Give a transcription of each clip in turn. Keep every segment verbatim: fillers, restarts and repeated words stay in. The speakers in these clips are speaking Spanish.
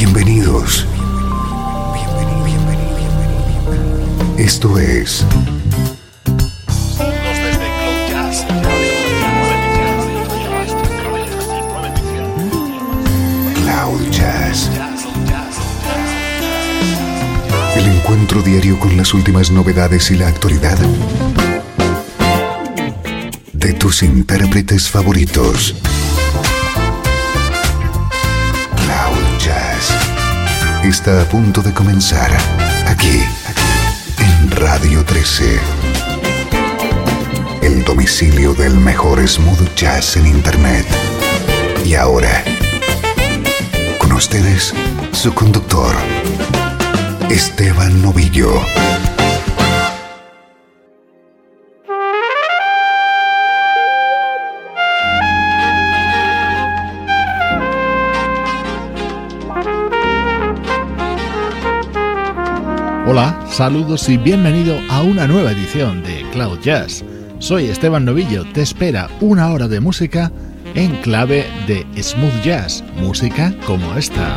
Bienvenidos. Esto es Cloud Jazz. El encuentro diario con las últimas novedades y la actualidad de tus intérpretes favoritos. Cloud Jazz está a punto de comenzar aquí, en Radio trece. El domicilio del mejor smooth jazz en internet. Y ahora, con ustedes, su conductor, Esteban Novillo. Hola, saludos y bienvenido a una nueva edición de Cloud Jazz. Soy Esteban Novillo, te espera una hora de música en clave de smooth jazz, música como esta.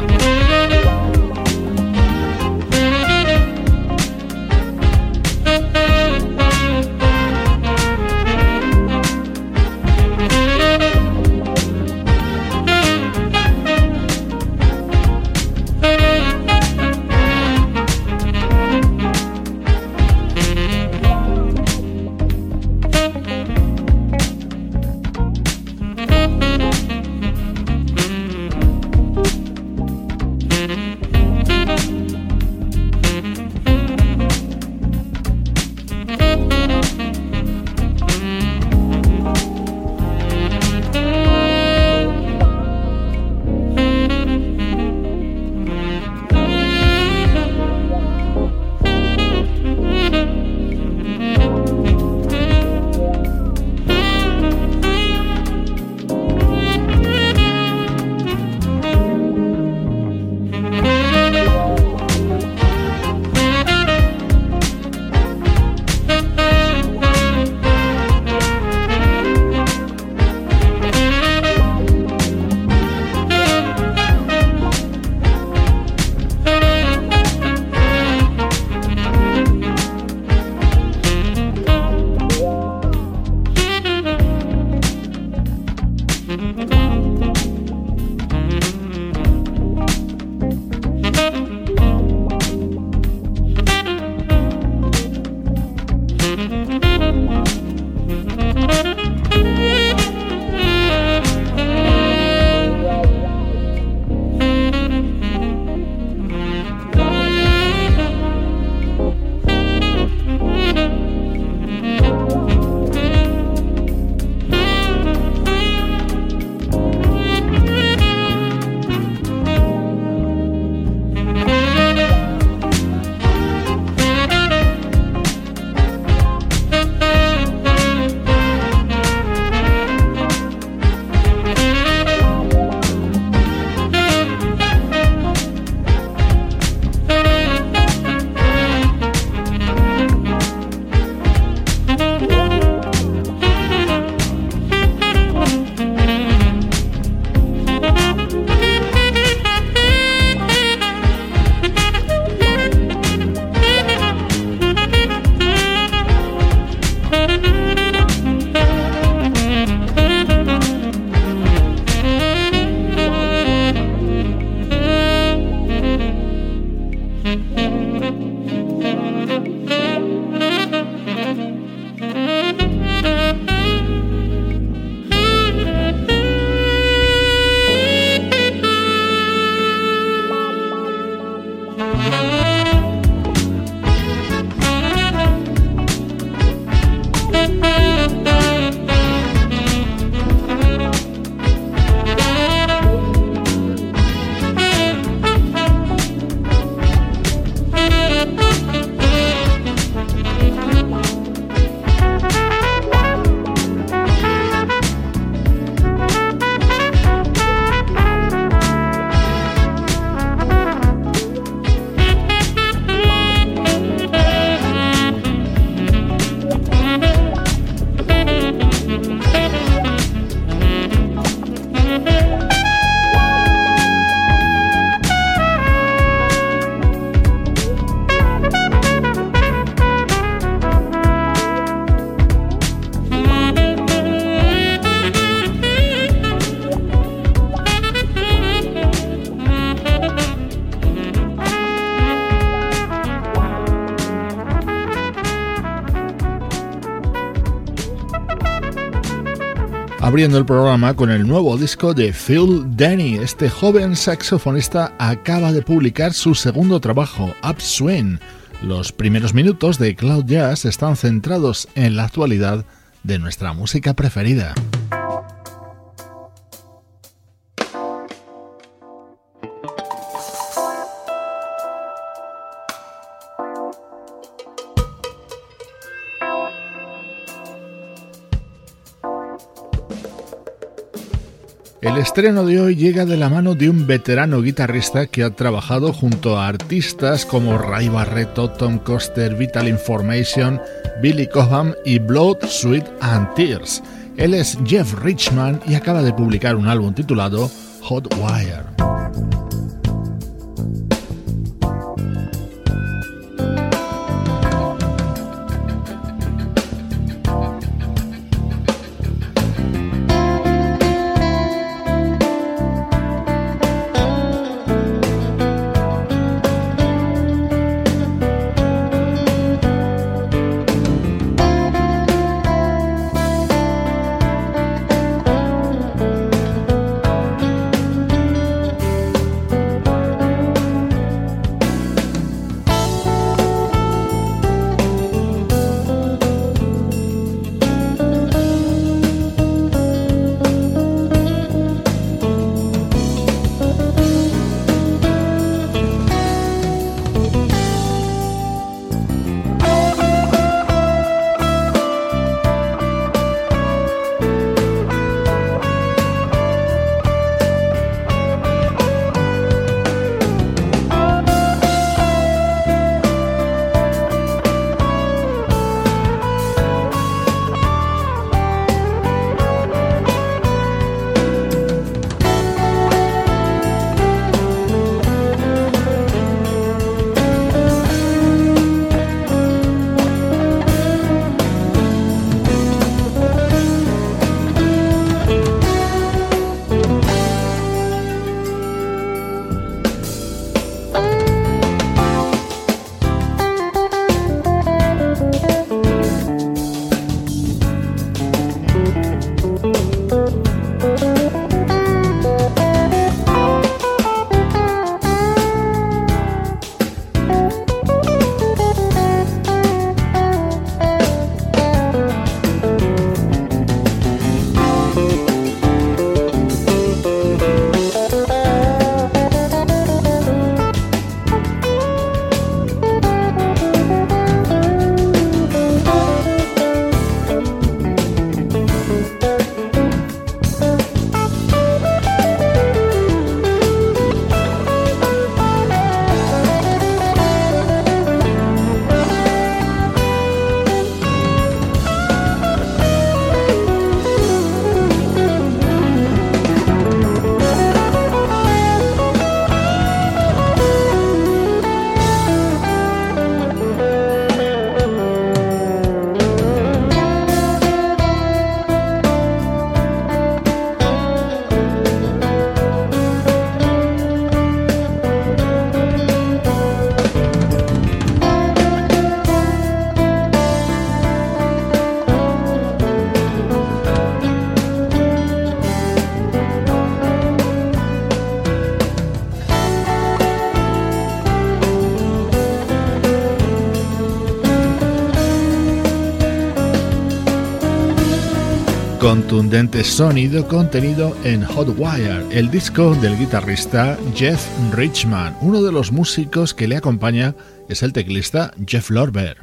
abriendo el programa con el nuevo disco de Phil Denny. Este joven saxofonista acaba de publicar su segundo trabajo, Upswing. Los primeros minutos de Cloud Jazz están centrados en la actualidad de nuestra música preferida. El estreno de hoy llega de la mano de un veterano guitarrista que ha trabajado junto a artistas como Ray Barretto, Tom Coster, Vital Information, Billy Cobham y Blood, Sweat and Tears. Él es Jeff Richman y acaba de publicar un álbum titulado Hot Wire. Contundente sonido contenido en Hot Wire, el disco del guitarrista Jeff Richman. Uno de los músicos que le acompaña es el teclista Jeff Lorber.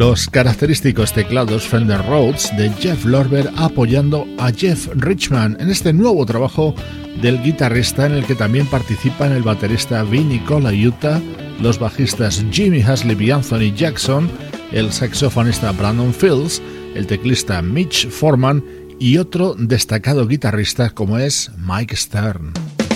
los característicos teclados Fender Rhodes de Jeff Lorber apoyando a Jeff Richman en este nuevo trabajo del guitarrista, en el que también participan el baterista Vinny Colaiuta, los bajistas Jimmy Haslip y Anthony Jackson, el saxofonista Brandon Fields, el teclista Mitch Foreman y otro destacado guitarrista como es Mike Stern.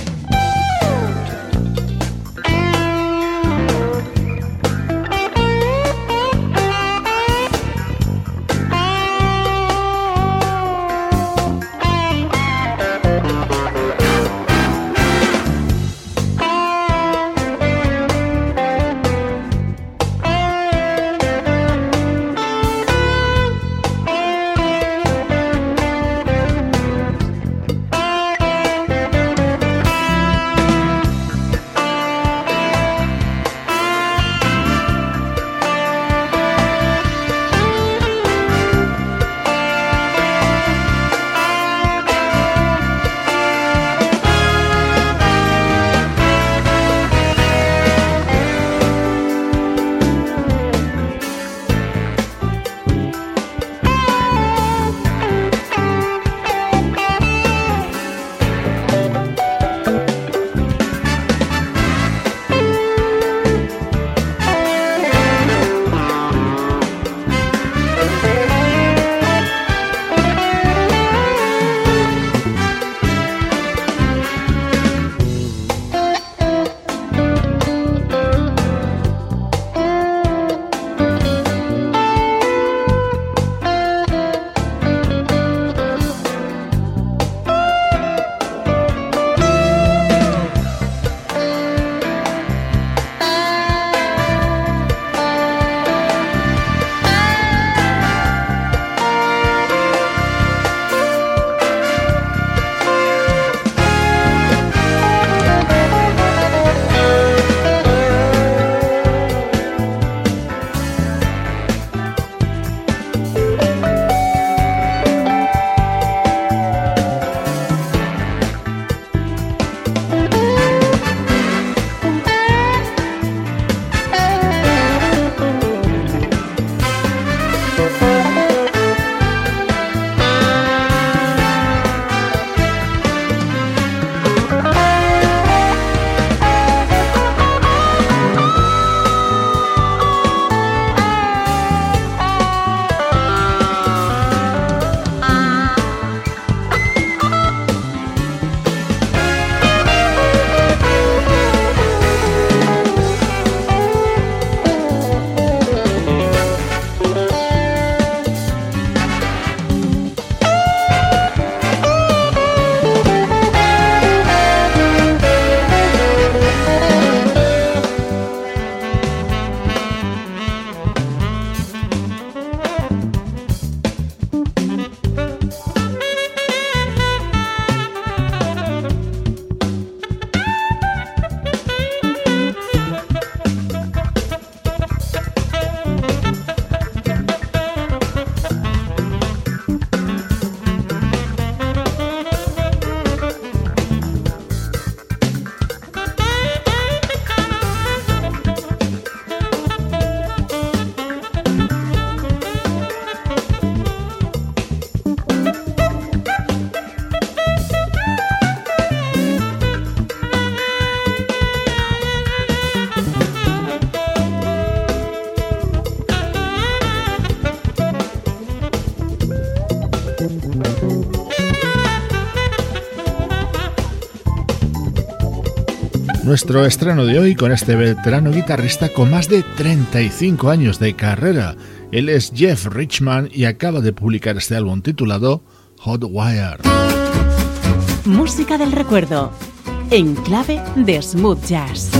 Nuestro estreno de hoy con este veterano guitarrista con más de treinta y cinco años de carrera. Él es Jeff Richman y acaba de publicar este álbum titulado Hot Wire. Música del recuerdo en clave de smooth jazz.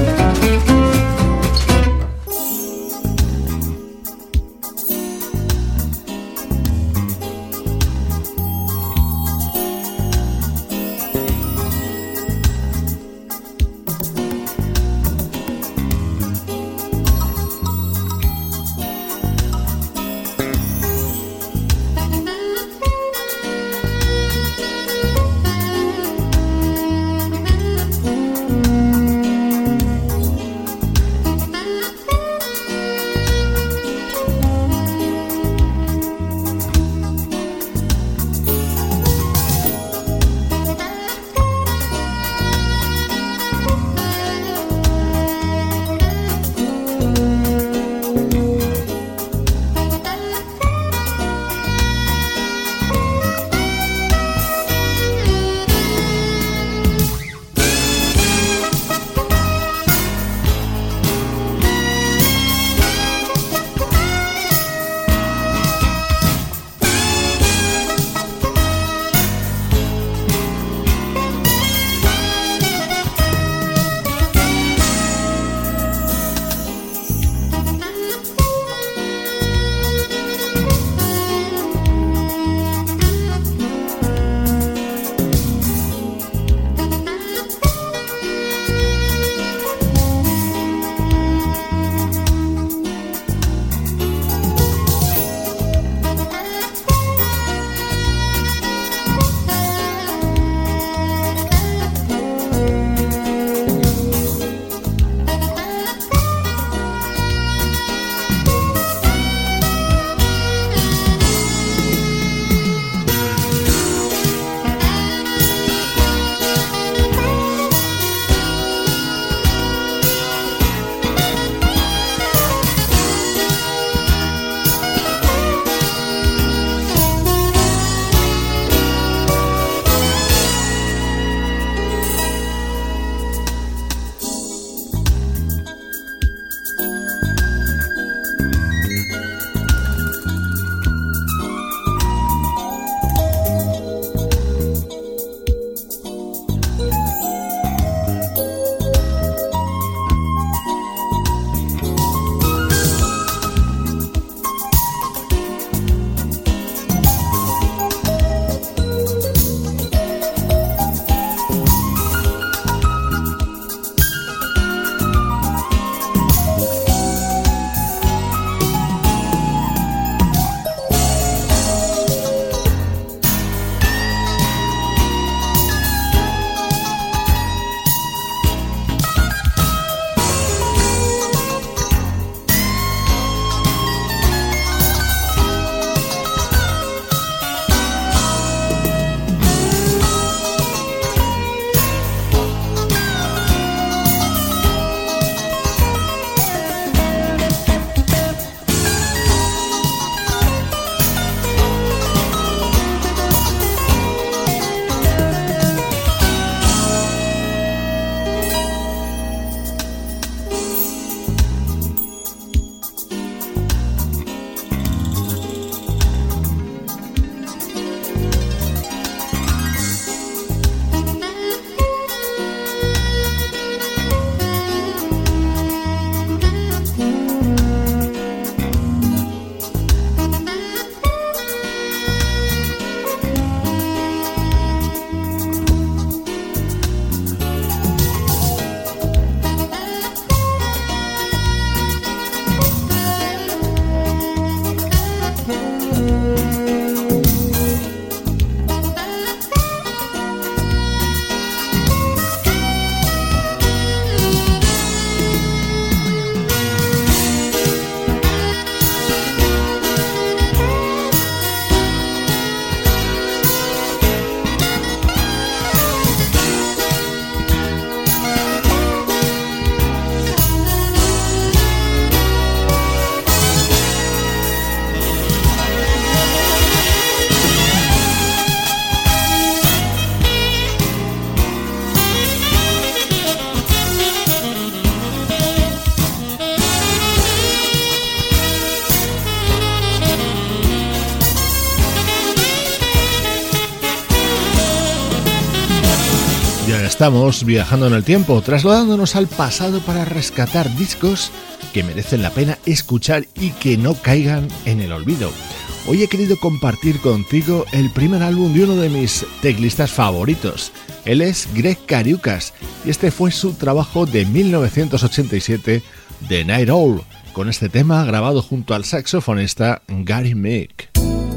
estamos viajando en el tiempo, trasladándonos al pasado para rescatar discos que merecen la pena escuchar y que no caigan en el olvido. Hoy he querido compartir contigo el primer álbum de uno de mis teclistas favoritos. Él es Greg Cariucas y este fue su trabajo de mil novecientos ochenta y siete, The Night Owl, con este tema grabado junto al saxofonista Gary Meek.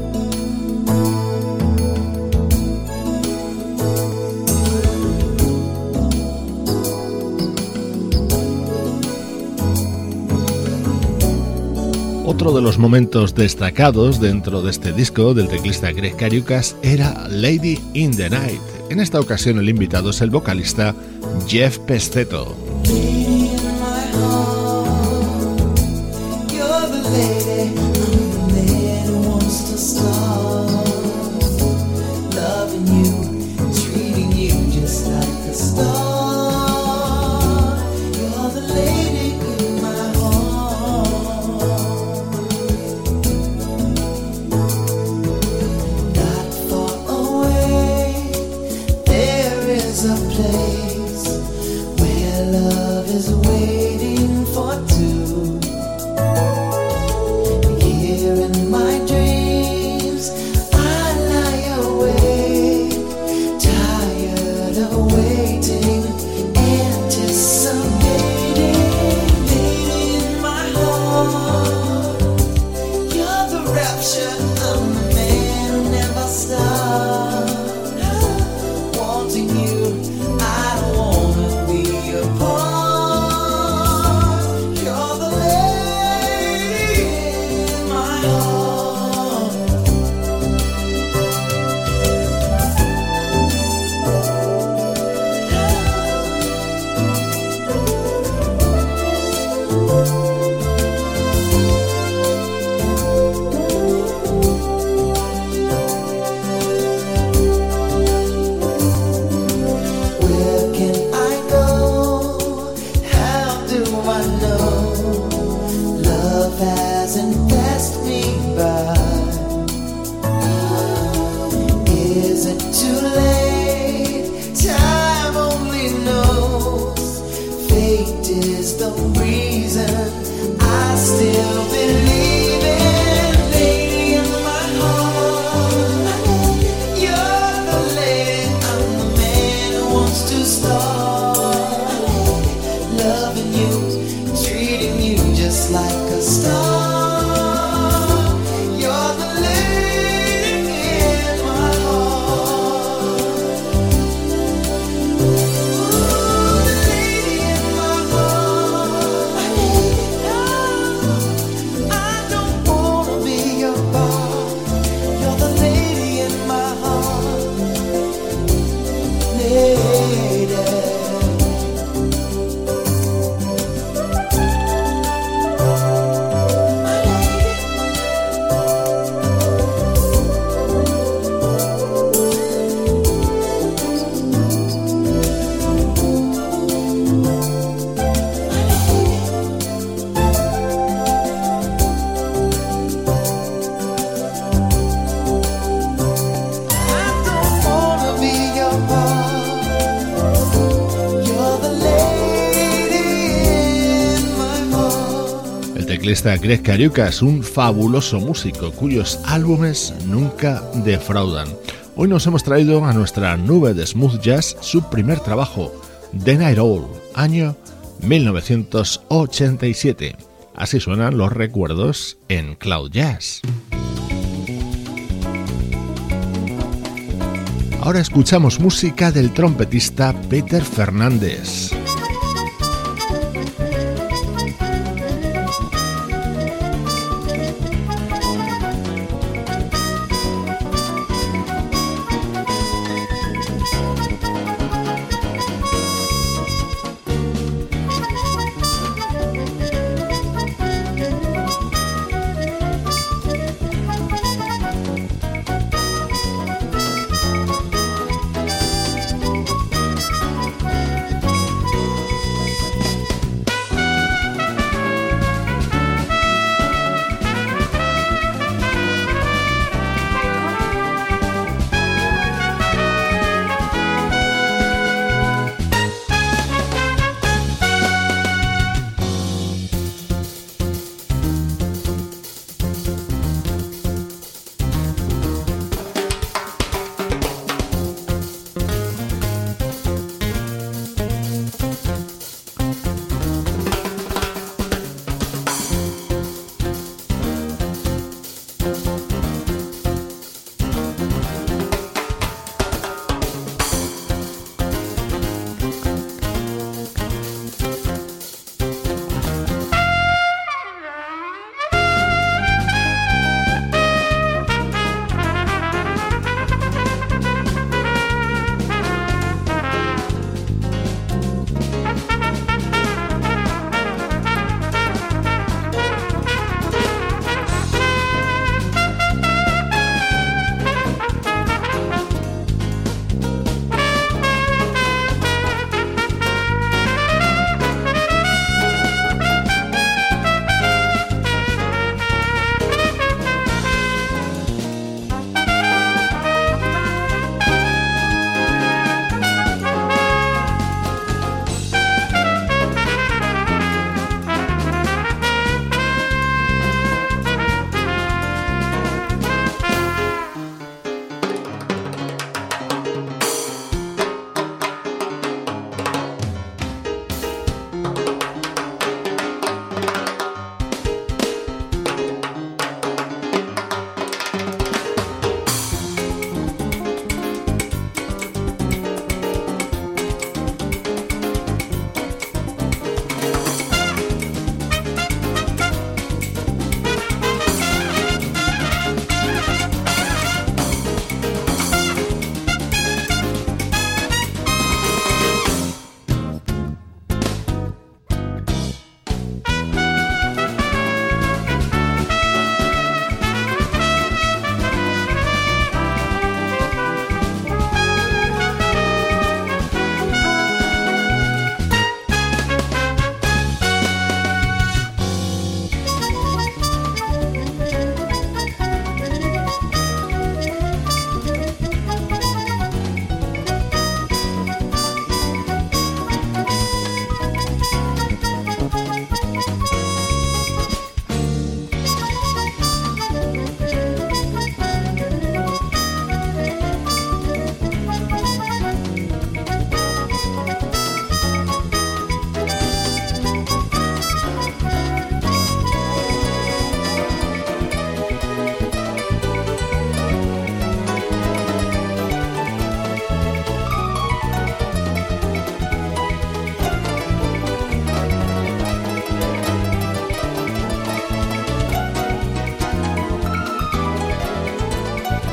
Otro de los momentos destacados dentro de este disco del teclista Greg Cariucas era Lady in the Night. En esta ocasión el invitado es el vocalista Jeff Pestetto. Greg Cariucas, un fabuloso músico cuyos álbumes nunca defraudan. Hoy nos hemos traído a nuestra nube de smooth jazz su primer trabajo, The Night Owl, año mil novecientos ochenta y siete. Así suenan los recuerdos en Cloud Jazz. Ahora escuchamos música del trompetista Peter Fernández.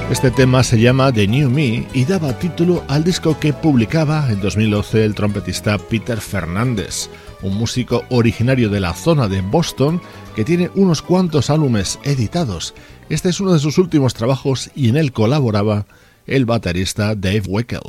Este tema se llama The New Me y daba título al disco que publicaba en dos mil doce el trompetista Peter Fernández, un músico originario de la zona de Boston que tiene unos cuantos álbumes editados. Este es uno de sus últimos trabajos y en él colaboraba el baterista Dave Weckl.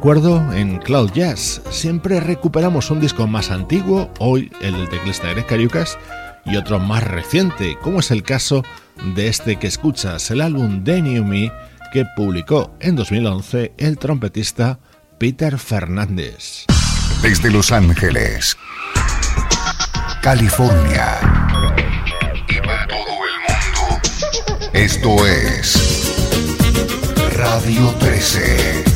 recuerdo en Cloud Jazz. Siempre recuperamos un disco más antiguo, hoy el del teclista Greg Cariucas, y otro más reciente, como es el caso de este que escuchas, el álbum The New Me, que publicó en dos mil once el trompetista Peter Fernández. Desde Los Ángeles, California y para todo el mundo, esto es Radio trece.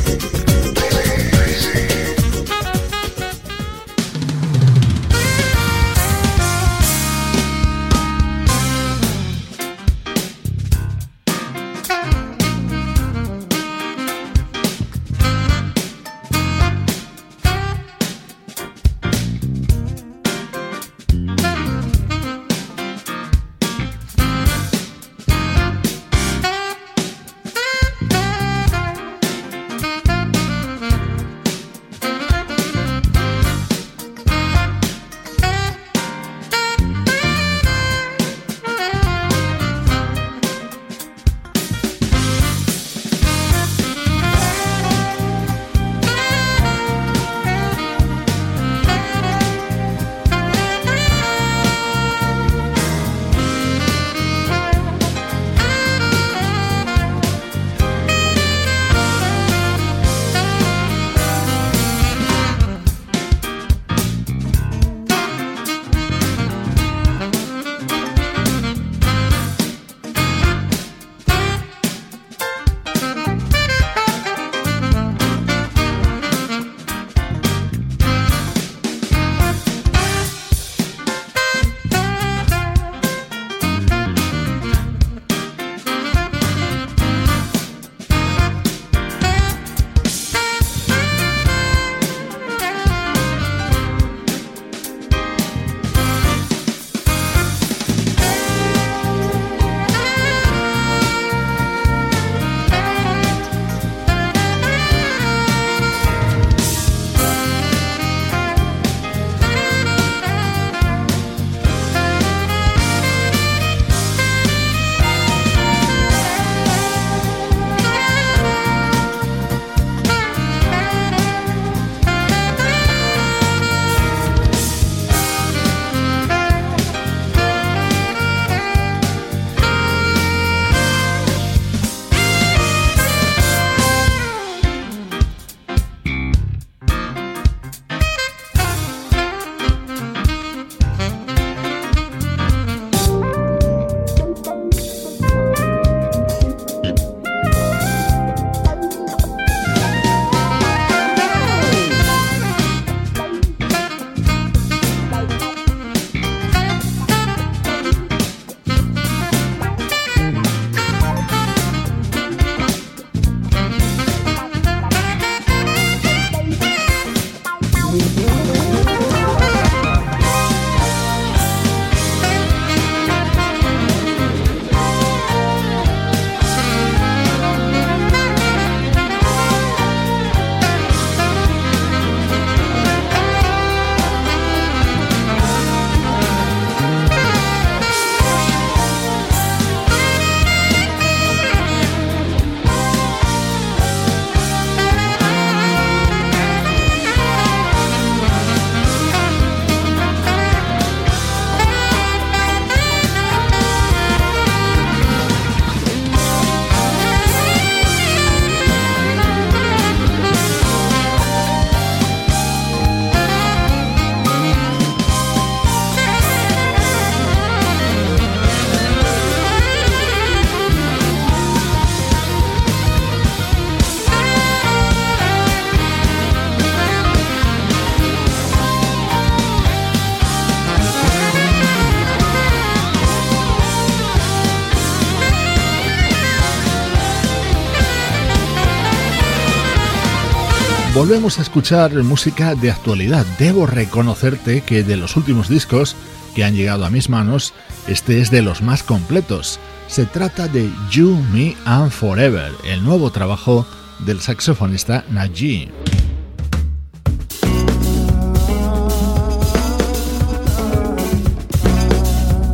Volvemos a escuchar música de actualidad. Debo reconocerte que de los últimos discos que han llegado a mis manos, este es de los más completos. Se trata de You, Me and Forever, el nuevo trabajo del saxofonista Naji.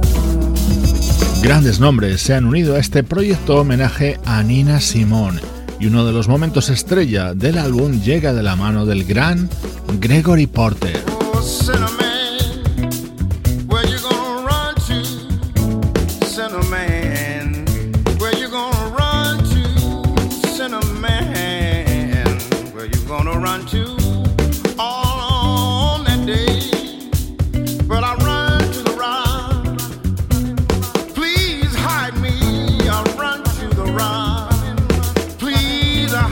Grandes nombres se han unido a este proyecto homenaje a Nina Simone. y uno de los momentos estrella del álbum llega de la mano del gran Gregory Porter.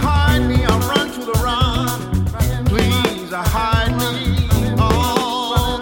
Hide me, oh.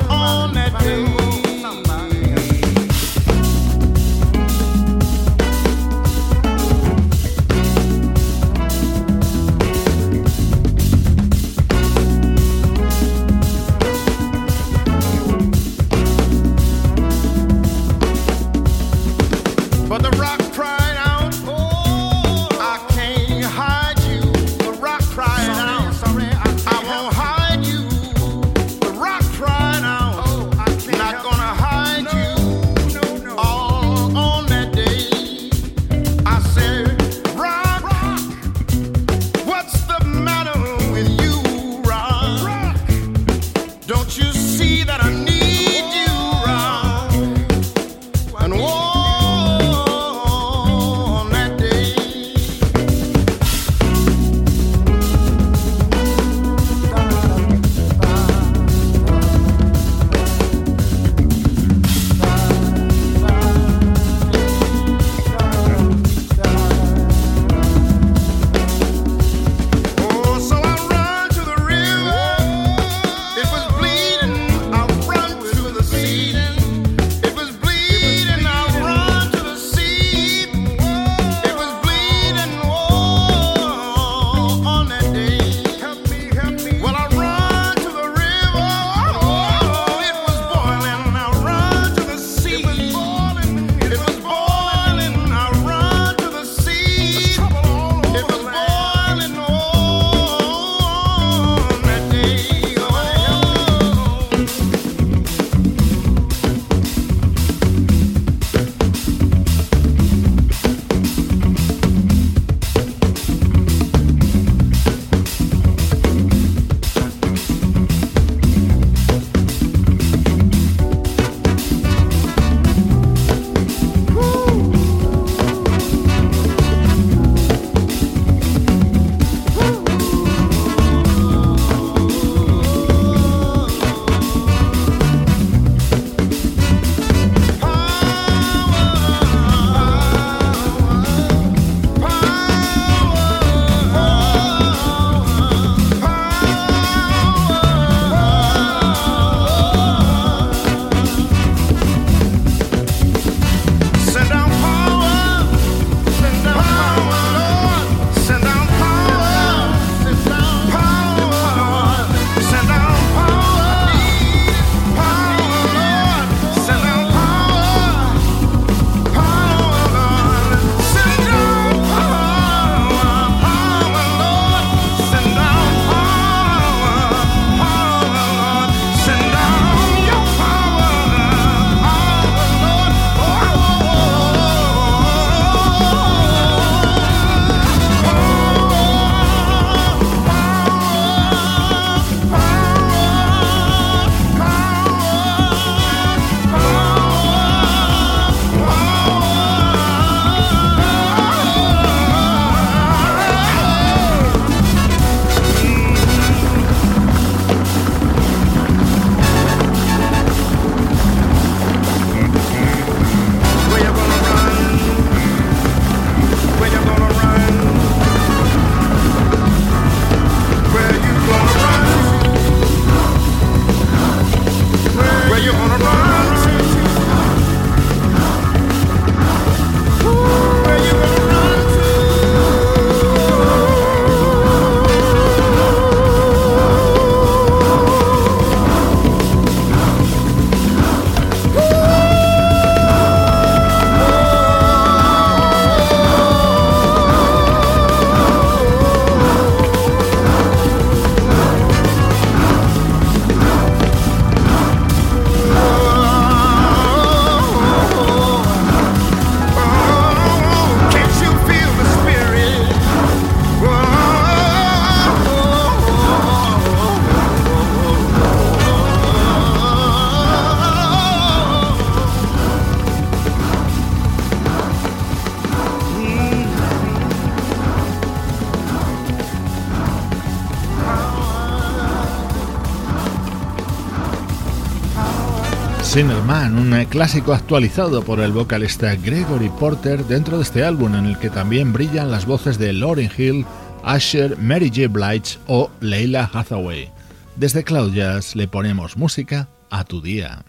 Sinner Man, un clásico actualizado por el vocalista Gregory Porter dentro de este álbum en el que también brillan las voces de Lauryn Hill, Usher, Mary J. Blige o Laila Hathaway. Desde Cloud Jazz le ponemos música a tu día.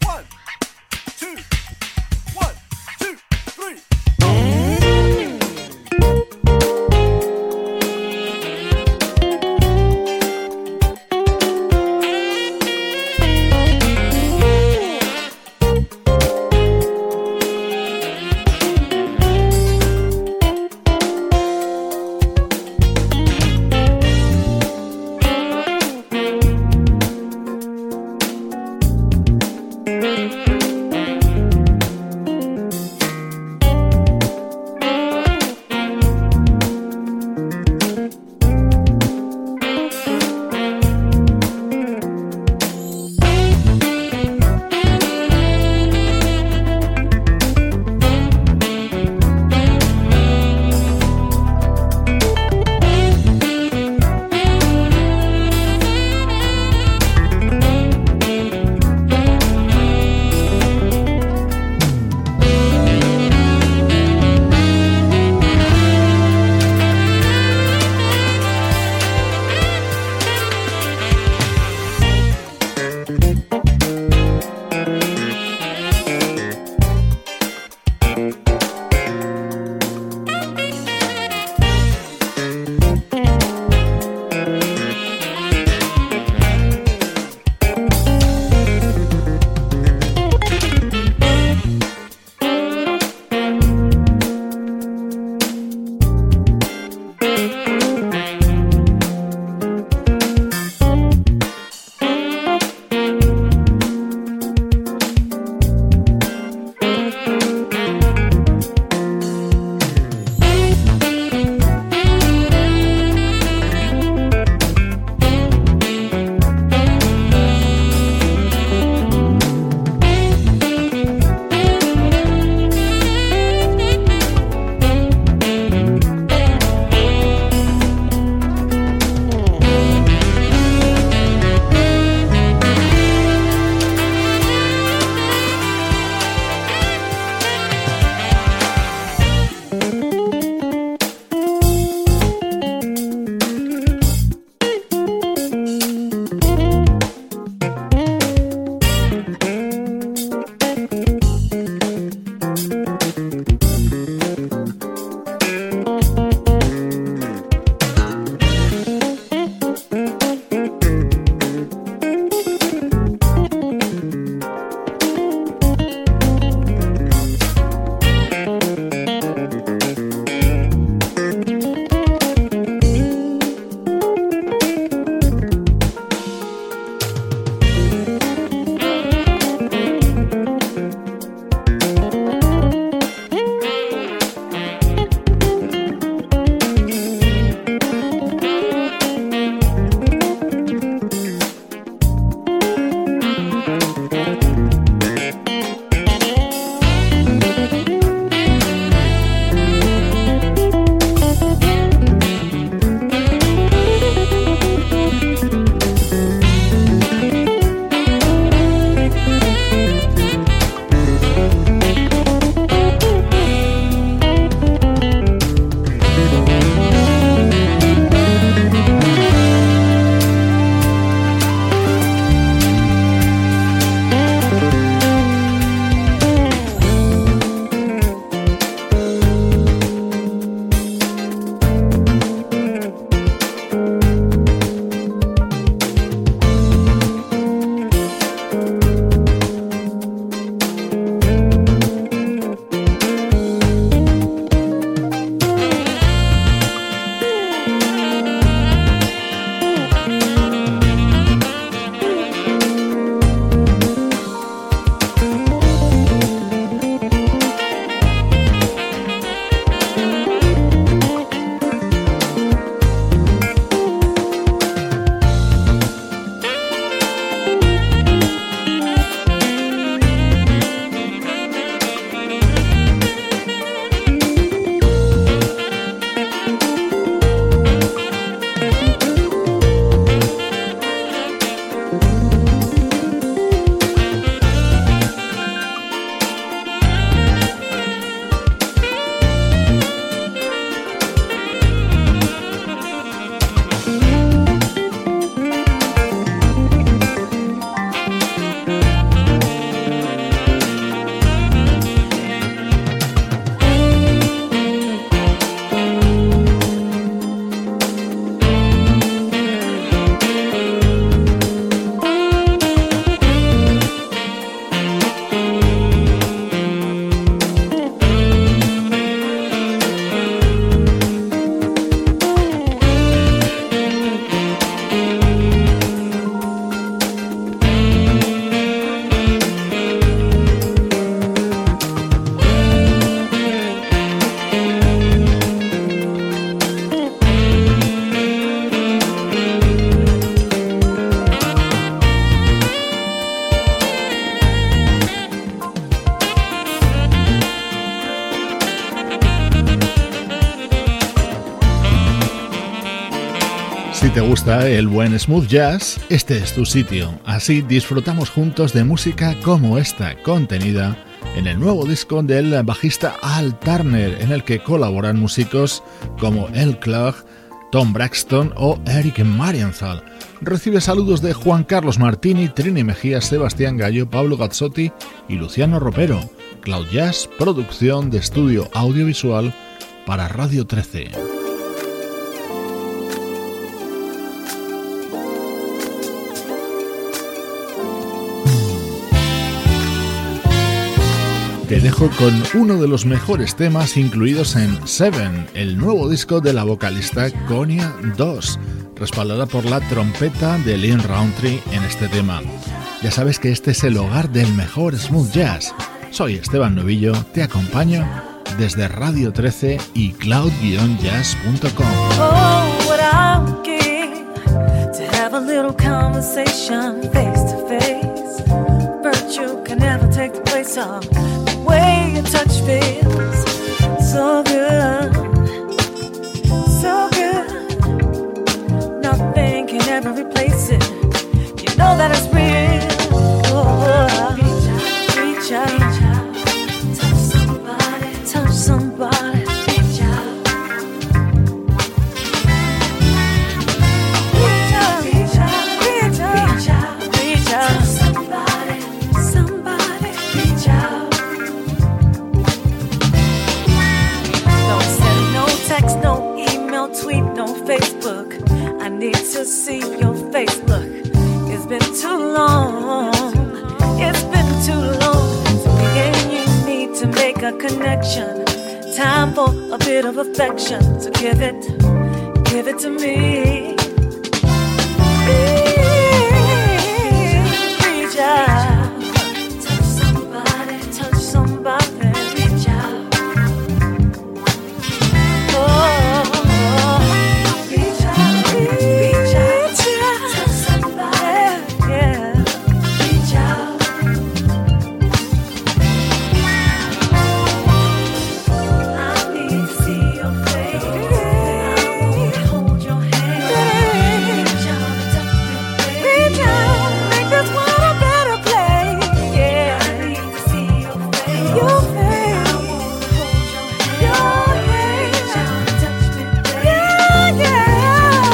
Thank te gusta el buen smooth jazz, este es tu sitio. Así disfrutamos juntos de música como esta, contenida en el nuevo disco del bajista Al Turner, en el que colaboran músicos como El Clark, Tom Braxton o Eric Marienthal. Recibe saludos de Juan Carlos Martini, Trini Mejía, Sebastián Gallo, Pablo Gazzotti y Luciano Ropero. Cloud Jazz, producción de estudio audiovisual para Radio trece. Te dejo con uno de los mejores temas incluidos en Seven, el nuevo disco de la vocalista Konya dos, respaldada por la trompeta de Lynn Rountree en este tema. Ya sabes que este es el hogar del mejor smooth jazz. Soy Esteban Novillo, te acompaño desde Radio trece y cloud jazz punto com. Oh, what I would give to have a little conversation face to face. Virtue can never take the place of the way your touch feels. So good, so good. Nothing can ever replace it. You know that it's real. Oh, reach out, reach out, reach out. Touch somebody, touch somebody. Reach out. Reach out, reach out, reach out, reach out, reach out. Touch somebody, somebody. Reach out. Don't send no text, no email, tweet, no Facebook. I need to see your face. Look, it's been too long. It's been too long. So me and you need to make a connection. Time for a bit of affection. So give it, give it to me. Reach out. Touch somebody, touch somebody. Reach out. Oh, reach out, reach out. Touch somebody, yeah. Reach out. I need to see your face. I wanna hold your hand. Reach out and touch me, baby. Reach out, make this world a better place. Yeah. I need to see your face. Your face. I wanna hold your hand. Your hand. Reach out and touch me, baby. Yeah, yeah.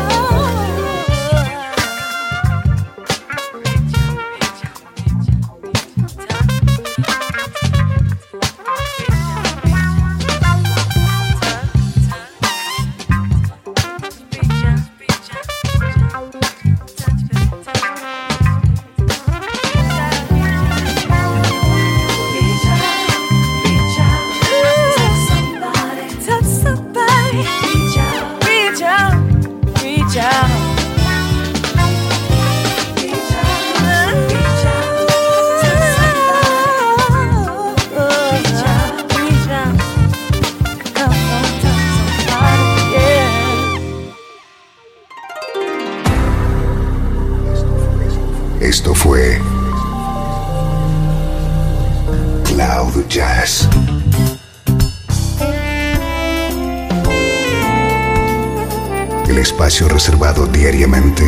Touch somebody. Reach out. Reach out. Reach out. Reach out. Reach out. Touch somebody. Reach out. Reach out. Come on, touch somebody. Yeah. Esto fue Cloud Jazz. El espacio reservado diariamente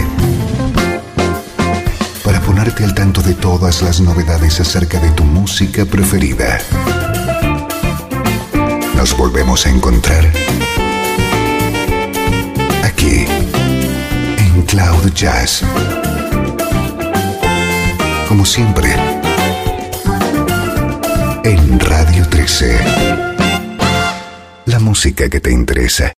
para ponerte al tanto de todas las novedades acerca de tu música preferida. Nos volvemos a encontrar aquí en Cloud Jazz. Como siempre, en Radio trece. La música que te interesa.